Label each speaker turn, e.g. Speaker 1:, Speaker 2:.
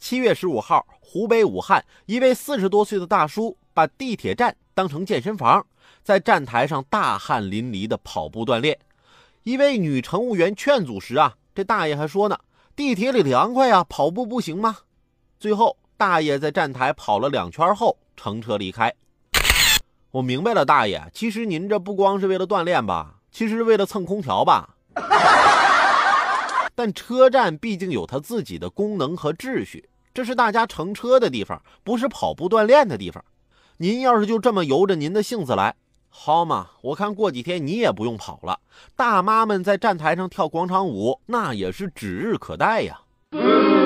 Speaker 1: 7月15号，湖北武汉一位40多岁的大叔把地铁站当成健身房，在站台上大汗淋漓的跑步锻炼。一位女乘务员劝阻时这大爷还说呢，地铁里凉快跑步不行吗？最后大爷在站台跑了2圈后乘车离开。我明白了，大爷，其实您这不光是为了锻炼吧，其实是为了蹭空调吧。但车站毕竟有它自己的功能和秩序，这是大家乘车的地方，不是跑步锻炼的地方。您要是就这么由着您的性子来，好嘛，我看过几天你也不用跑了，大妈们在站台上跳广场舞，那也是指日可待呀。